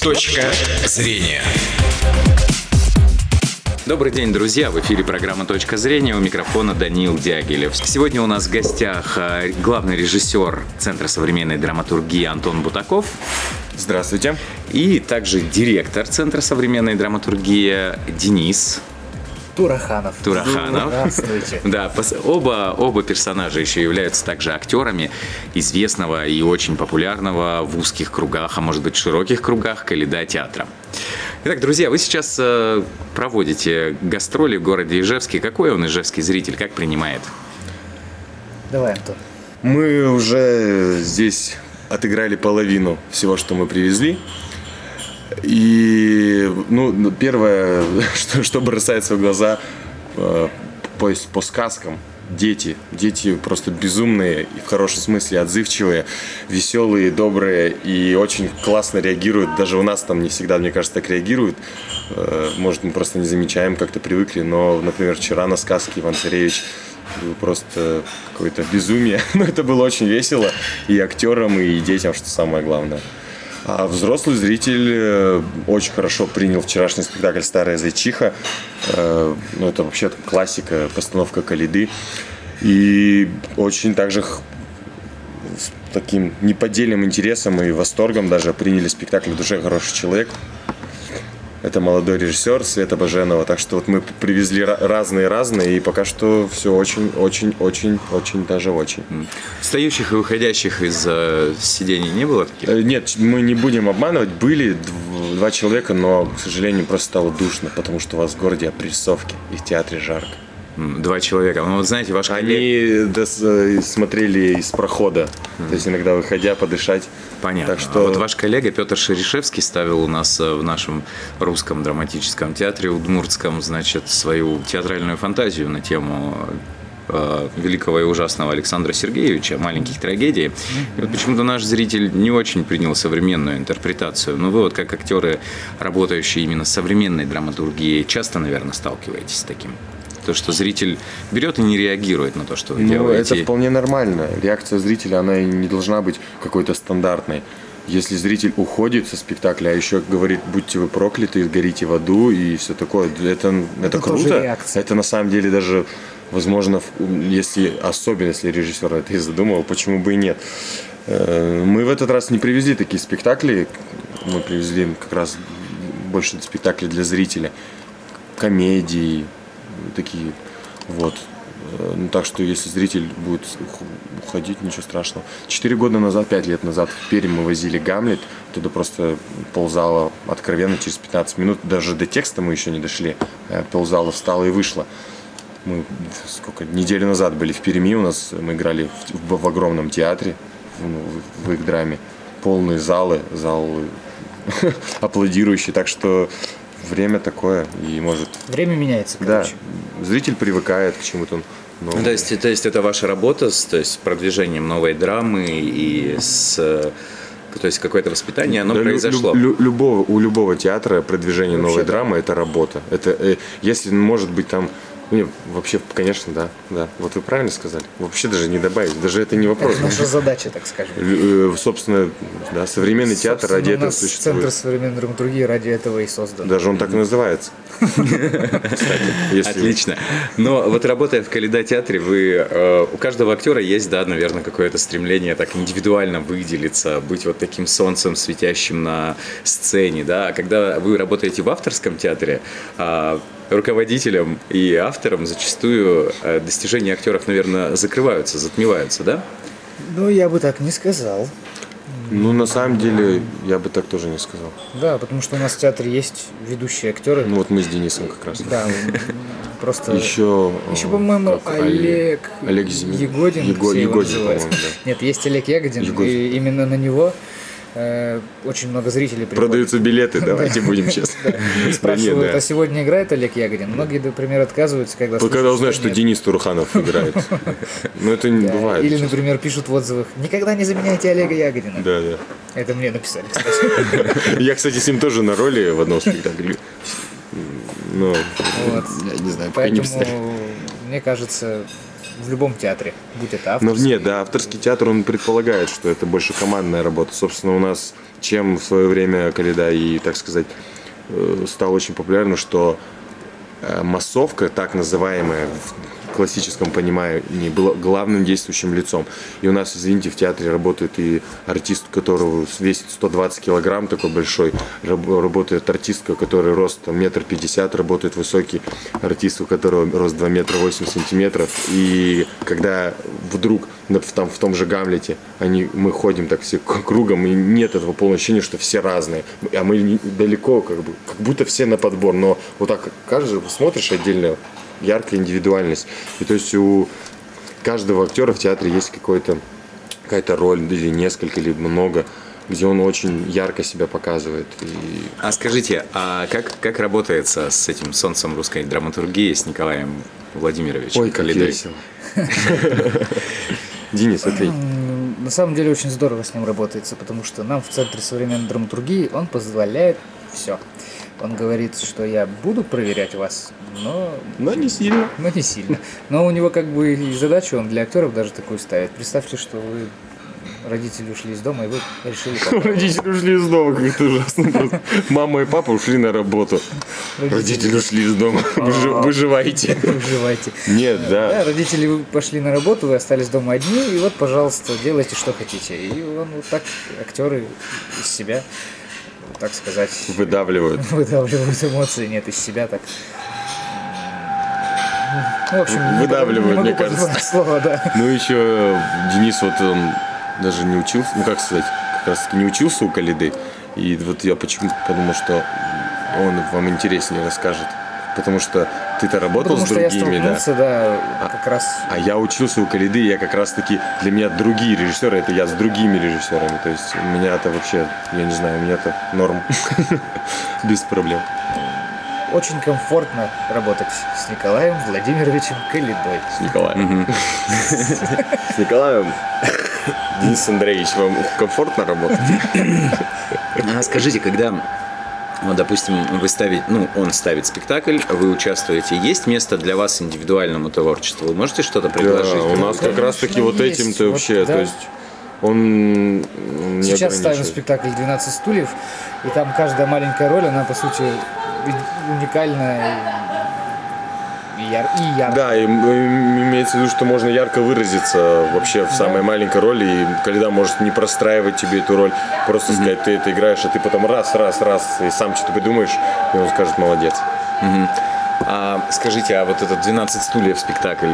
Точка зрения. Добрый день, друзья! В эфире программа «Точка зрения», у микрофона Даниил Дягилев. Сегодня у нас в гостях главный режиссер Центра современной драматургии Антон Бутаков. Здравствуйте. И также директор Центра современной драматургии Денис Тураханов. Здравствуйте. Да, оба персонажа еще являются также актерами известного и очень популярного в узких кругах, а может быть широких кругах Коляда театра. Итак, друзья, вы сейчас проводите гастроли в городе Ижевске. Какой он, ижевский зритель, как принимает? Давай, Антон. Мы уже здесь отыграли половину всего, что мы привезли. И, первое, что бросается в глаза по сказкам, дети просто безумные и в хорошем смысле отзывчивые, веселые, добрые и очень классно реагируют. Даже у нас там не всегда, мне кажется, так реагируют. Может, мы просто не замечаем, как-то привыкли. Но, например, вчера на сказке Иван-Царевич был просто какое-то безумие. Но это было очень весело и актерам, и детям, что самое главное. А взрослый зритель очень хорошо принял вчерашний спектакль «Старая зайчиха». Это вообще классика, постановка Коляды. И очень также с таким неподдельным интересом и восторгом даже приняли спектакль «В душе хороший человек». Это молодой режиссер Света Баженова. Так что вот мы привезли разные, и пока что все очень даже очень. Встающих и выходящих из сидений не было таких? Нет, мы не будем обманывать. Были два человека, но, к сожалению, просто стало душно, потому что у вас в городе опрессовки и в театре жарко. Два человека. Ну, вот знаете, ваш коллега... Они смотрели из прохода, то есть иногда выходя подышать. Понятно. Так что... А вот ваш коллега Петр Шерешевский ставил у нас в нашем русском драматическом театре удмуртском, свою театральную фантазию на тему великого и ужасного Александра Сергеевича, маленьких трагедий. И вот почему-то наш зритель не очень принял современную интерпретацию. Но вы вот как актеры, работающие именно с современной драматургией, часто, наверное, сталкиваетесь с таким? То, что зритель берет и не реагирует на то, что вы делаете. Это вполне нормально. Реакция зрителя, она и не должна быть какой-то стандартной. Если зритель уходит со спектакля, а еще говорит: будьте вы прокляты, горите в аду и все такое, это круто. Это на самом деле даже, возможно, особенно если режиссер это и задумал, почему бы и нет. Мы в этот раз не привезли такие спектакли. Мы привезли как раз больше спектаклей для зрителя. Комедии, такие вот. Так что если зритель будет уходить, ничего страшного. 4 года назад, 5 лет назад в Пермь мы возили «Гамлет». Туда просто ползала откровенно через 15 минут. Даже до текста мы еще не дошли. Ползала, встала и вышла. Мы неделю назад были в Перми. Мы играли в огромном театре, в их драме. Полные залы аплодирующие. Так что время такое, и может... Время меняется, короче. Да, зритель привыкает к чему-то новому. То есть это ваша работа с продвижением новой драмы и то есть какое-то воспитание, оно произошло? У любого театра продвижение новой драмы – это работа. Это, если, может быть, там... вообще, конечно, да. Вот вы правильно сказали. Вообще даже не добавить. Даже это не вопрос. Это наша задача, так скажем. Собственно, да, современный театр ради этого существует. Центр современной драматургии ради этого и создан. Даже он так и называется. Отлично. Но вот работая в Коляда театре, у каждого актера есть, наверное, какое-то стремление так индивидуально выделиться, быть вот таким солнцем, светящим на сцене, да. А когда вы работаете в авторском театре, руководителям и авторам зачастую достижения актеров, наверное, закрываются, затмеваются, да? Я бы так не сказал. На самом деле, я бы так тоже не сказал. Да, потому что у нас в театре есть ведущие актеры. Вот мы с Денисом как раз. Да, просто... Еще, по-моему, Олег Ягодин. Ягодин, по-моему, да. Нет, есть Олег Ягодин, и именно на него очень много зрителей приходит. Продаются билеты, давайте будем честны. Спрашивают, а сегодня играет Олег Ягодин? Многие, например, отказываются, когда узнают, что Денис Тураханов играет. Но это не бывает. Или, например, пишут в отзывах: никогда не заменяйте Олега Ягодина. Да. Это мне написали, кстати. Я, кстати, с ним тоже на роли в одном спектакле. Я не знаю, пока не представляю. Поэтому, мне кажется, в любом театре, будь это Но авторский. нет, да, авторский театр, он предполагает, что это больше командная работа. Собственно, у нас, чем в свое время Коляда и, так сказать, стало очень популярно, что массовка, так называемая, в классическом понимании, была главным действующим лицом. И у нас, извините, в театре работает и артист, которого весит 120 килограмм, такой большой, работает артистка, который рост метр пятьдесят, работает высокий артист, у которого рост 2 метра 8 сантиметров. И когда вдруг в том же Гамлете мы ходим так все кругом, и нет этого полного ощущения, что все разные. А мы далеко, как будто все на подбор, но вот так каждый смотришь отдельно, яркая индивидуальность. И то есть у каждого актера в театре есть какая-то роль, или несколько, или много, где он очень ярко себя показывает. А скажите, а как работается с этим солнцем русской драматургии, с Николаем Владимировичем? Ой, как весело. Денис, ответь. На самом деле очень здорово с ним работается, потому что нам в Центре современной драматургии он позволяет все. Он говорит, что я буду проверять вас, но не сильно. Но не сильно. Но у него как бы и задачу он для актеров даже такую ставит. Представьте, что вы родители ушли из дома, и вы решили попробовать. Родители ушли из дома, как это ужасно. Мама и папа ушли на работу. Родители ушли из дома. Выживайте. Выживайте. Нет, да. Родители пошли на работу, вы остались дома одни, и вот, пожалуйста, делайте, что хотите. И он вот так, актеры из себя, так сказать... Выдавливают эмоции, нет, из себя так... Ну, в общем, выдавливают, мне кажется. Слово, да. Ну, еще Денис, вот он даже не учился, как раз таки не учился у Коляды. И вот я почему-то подумал, что он вам интереснее расскажет. Потому что ты-то работал с другими, да, как раз. А я учился у Коляды, и я как раз таки, для меня другие режиссеры, это я с другими режиссерами. То есть у меня это вообще, я не знаю, у меня это норм. Без проблем. Очень комфортно работать с Николаем Владимировичем Колядой. С Николаем. С Николаем. Денис Андреевич, вам комфортно работать? Скажите, когда, вот, допустим, он ставит спектакль, вы участвуете, есть место для вас индивидуальному творчеству? Вы можете что-то предложить? Да, у нас как раз таки вот этим-то вообще, то есть он сейчас ставим спектакль «12 стульев», и там каждая маленькая роль, она, по сути, уникальная и яркая. Да, и имеется в виду, что можно ярко выразиться вообще в самой маленькой роли, и Коляда может не простраивать тебе эту роль, просто сказать, ты это играешь, а ты потом раз, и сам что-то придумаешь, и он скажет, молодец. А скажите, а вот этот «12 стульев» спектакль,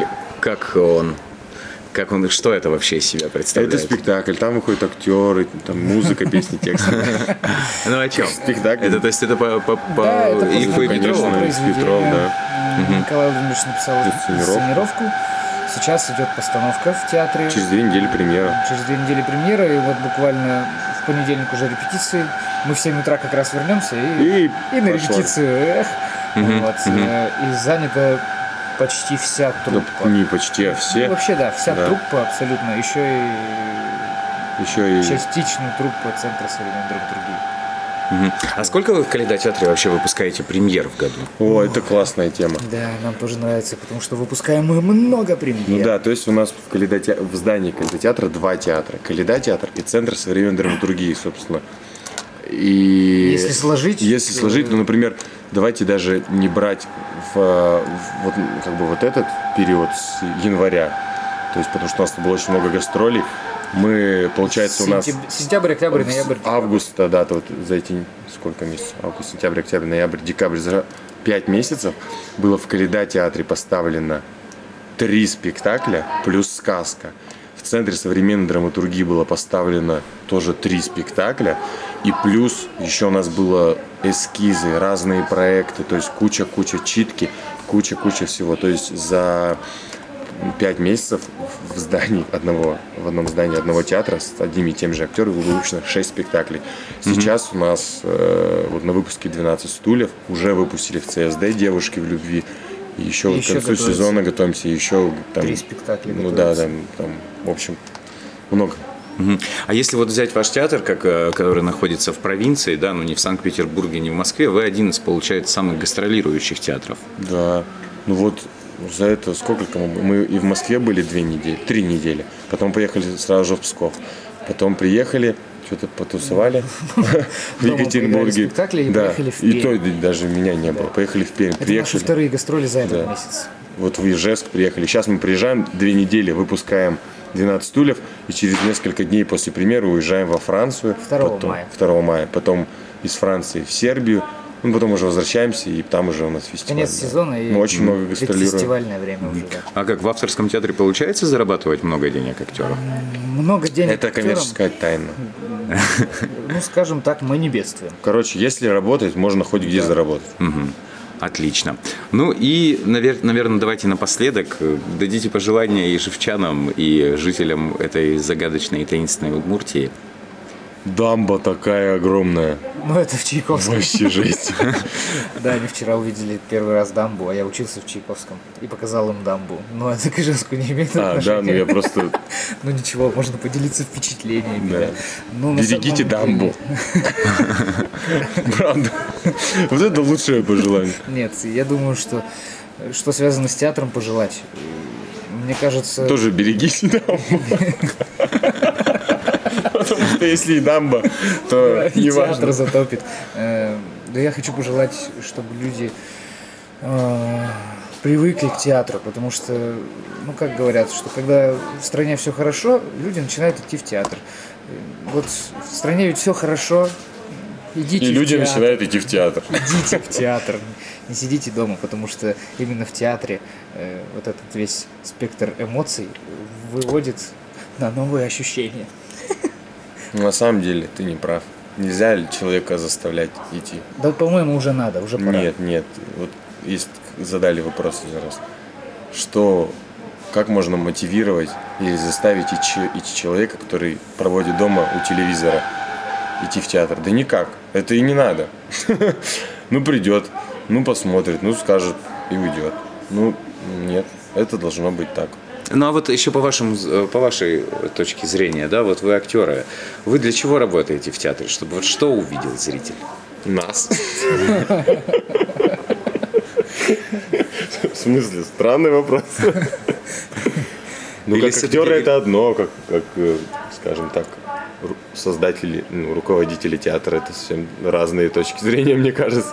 что это вообще из себя представляет? Это спектакль, там выходят актеры, там музыка, песни, тексты. Ну о чем? Спектакль. Это, то есть, это по Ильфу и Петрову? Петров, да. Николай Владимирович написал сценировку. Сейчас идет постановка в театре. Через 2 недели премьера. Через 2 недели премьера, и вот буквально в понедельник уже репетиции. Мы в 7 утра как раз вернемся и на репетицию. И занято почти вся труппа. Ну, не почти, а все. Ну, вообще, да, вся труппа абсолютно. Еще и частичную труппу Центра современной драматургии. А сколько вы в Коляда театре вообще выпускаете премьер в году? О, это классная тема. Да, нам тоже нравится, потому что выпускаем мы много премьер. Ну да, то есть у нас в здании Коляда театра 2 театра. Коляда театр и Центр современной драматургии, собственно. И если сложить, ну, например, давайте даже не брать вот этот период с января, то есть потому что у нас было очень много гастролей. Мы, получается, у нас сентябрь, октябрь, ноябрь, августа, да, вот за эти сколько месяцев? Август, сентябрь, октябрь, ноябрь, декабрь, за 5 месяцев было в Коляда театре поставлено 3 спектакля плюс сказка. В Центре современной драматургии было поставлено тоже 3 спектакля. И плюс еще у нас было эскизы, разные проекты, то есть куча читки, куча всего. То есть за 5 месяцев в одном здании одного театра с одними и теми же актерами было выпущено 6 спектаклей. Сейчас у нас вот на выпуске 12 стульев уже выпустили в ЦСД «Девушки в любви». И еще к концу сезона готовимся, еще там 3 спектакля. Ну да, там, в общем, много. А если вот взять ваш театр, который находится в провинции, да, ну не в Санкт-Петербурге, не в Москве, вы один из, получается, самых гастролирующих театров. Да, ну вот за это сколько мы и в Москве были 3 недели. Потом поехали сразу же в Псков. Потом приехали, что-то потусовали в Екатеринбурге. Да, и то даже меня не было. Поехали в Пермь. Это наши вторые гастроли за этот месяц. Вот в Ижевск приехали. Сейчас мы приезжаем, 2 недели выпускаем 12 стульев, и через несколько дней после премьеры уезжаем во Францию. 2 мая. Потом из Франции в Сербию. Ну, потом уже возвращаемся, и там уже у нас фестиваль. Конец сезона, и мы очень много гастролируем. Фестивальное время уже, да. А как в авторском театре получается зарабатывать много денег актеру? Много денег это актерам, коммерческая тайна. Ну, скажем так, мы не бедствуем. Короче, если работать, можно хоть где заработать. Отлично. Ну и, наверное, давайте напоследок дадите пожелания и живчанам, и жителям этой загадочной и таинственной Удмуртии. Дамба такая огромная. Ну, это в Чайковском. Вообще жесть. Да, они вчера увидели первый раз дамбу, а я учился в Чайковском и показал им дамбу. Но это к Ижевску не имеет отношения. Да, ну я просто... Ну ничего, можно поделиться впечатлениями. Берегите дамбу. Правда. Вот это лучшее пожелание. Нет, я думаю, что связано с театром пожелать. Мне кажется... Тоже берегите дамбу. Потому что если и дамба, то и не театр важно. затопит. Да я хочу пожелать, чтобы люди привыкли к театру, потому что, ну как говорят, что когда в стране все хорошо, люди начинают идти в театр. Вот в стране ведь все хорошо, идите в театр. И люди начинают идти в театр. Идите в театр, не сидите дома, потому что именно в театре вот этот весь спектр эмоций выводит на новые ощущения. На самом деле ты не прав. Нельзя ли человека заставлять идти? Да, по-моему, уже надо, уже пора. Нет. Вот есть задали вопрос один раз. Как можно мотивировать или заставить идти человека, который проводит дома у телевизора, идти в театр? Да никак. Это и не надо. Ну, придет, ну, посмотрит, ну, скажет и уйдет. Ну, нет, это должно быть так. Ну а вот еще по вашей точке зрения, да, вот вы актеры, вы для чего работаете в театре? Чтобы вот что увидел зритель? Нас. В смысле, странный вопрос. Ну, как актеры это одно, как, скажем так, создатели, руководители театра, это совсем разные точки зрения, мне кажется.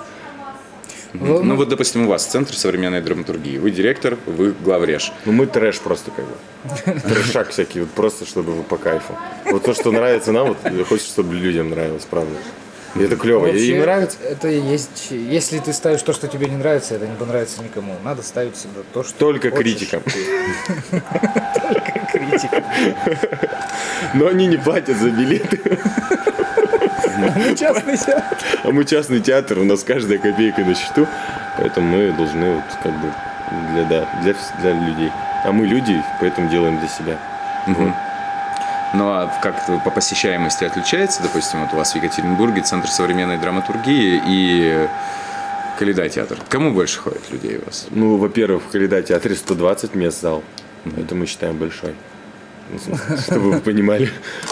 Ну вот, допустим, у вас Центр современной драматургии. Вы директор, вы главреж. Ну мы трэш просто как бы. Трэшак всякий, вот просто чтобы вы по кайфу. Вот то, что нравится нам, вот хочется, чтобы людям нравилось, правда. И это клево. Вообще, им нравится. Это есть. Если ты ставишь то, что тебе не нравится, это не понравится никому. Надо ставить всегда то, что только хочешь. Критикам. Только критикам. Но они не платят за билеты. Мы частный театр. А мы частный театр, у нас каждая копейка на счету, поэтому мы должны вот как бы для людей. А мы люди, поэтому делаем для себя. Ну а как по посещаемости отличается, допустим, вот у вас в Екатеринбурге Центр современной драматургии и Коляда театр? Кому больше ходит людей у вас? Ну, во-первых, в Коляда театре 120 мест зал. Это мы считаем большой. Чтобы вы понимали.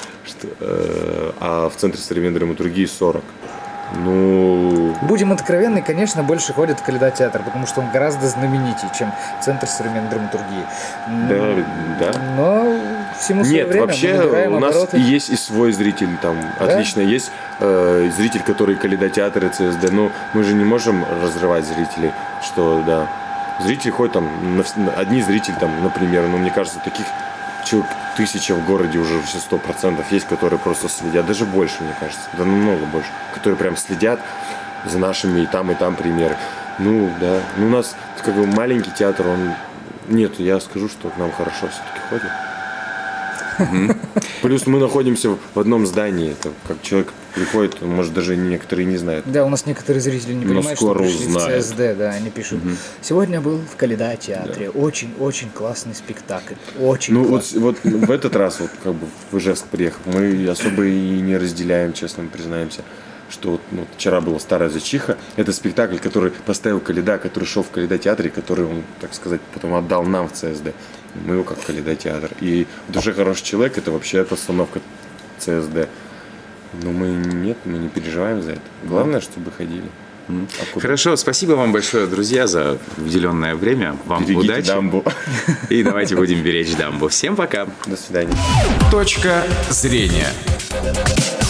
А в Центре современной драматургии 40. Ну... Будем откровенны, конечно, больше ходит в Коляда театр, потому что он гораздо знаменитее, чем Центр современной драматургии. Да. Но всему свое время. Нет, вообще у нас есть и свой зритель там. Да? Отлично. Есть зритель, который Коляда театр и ЦСД. Но мы же не можем разрывать зрителей, что да. Зрители ходят там, одни зрители там, например, мне кажется, таких человек 1000 в городе уже все 100% есть, которые просто следят, даже больше, мне кажется, да намного больше, которые прям следят за нашими и там примеры. Ну, да, у нас как бы маленький театр, нет, я скажу, что к нам хорошо все-таки ходит. Плюс мы находимся в одном здании, это как человек приходит, может даже некоторые не знают. Да, у нас некоторые зрители не понимают, что пришли в ЦСД, да, они пишут. Сегодня был в Коляда театре, очень-очень классный спектакль, очень классный. Вот в этот раз вот как бы в Ижевск приехал, мы особо и не разделяем, честно признаемся, что вчера была «Старая зачиха», это спектакль, который поставил Коляда, который шел в Коляда театре, который он, так сказать, потом отдал нам в ЦСД. Мы его как Коляда театр. И в душе хороший человек, это вообще постановка ЦСД. Но мы не переживаем за это. Главное, чтобы ходили. Хорошо, спасибо вам большое, друзья, за уделенное время. Вам Берегите удачи. дамбу. И давайте будем беречь дамбу. Всем пока. До свидания. Точка зрения.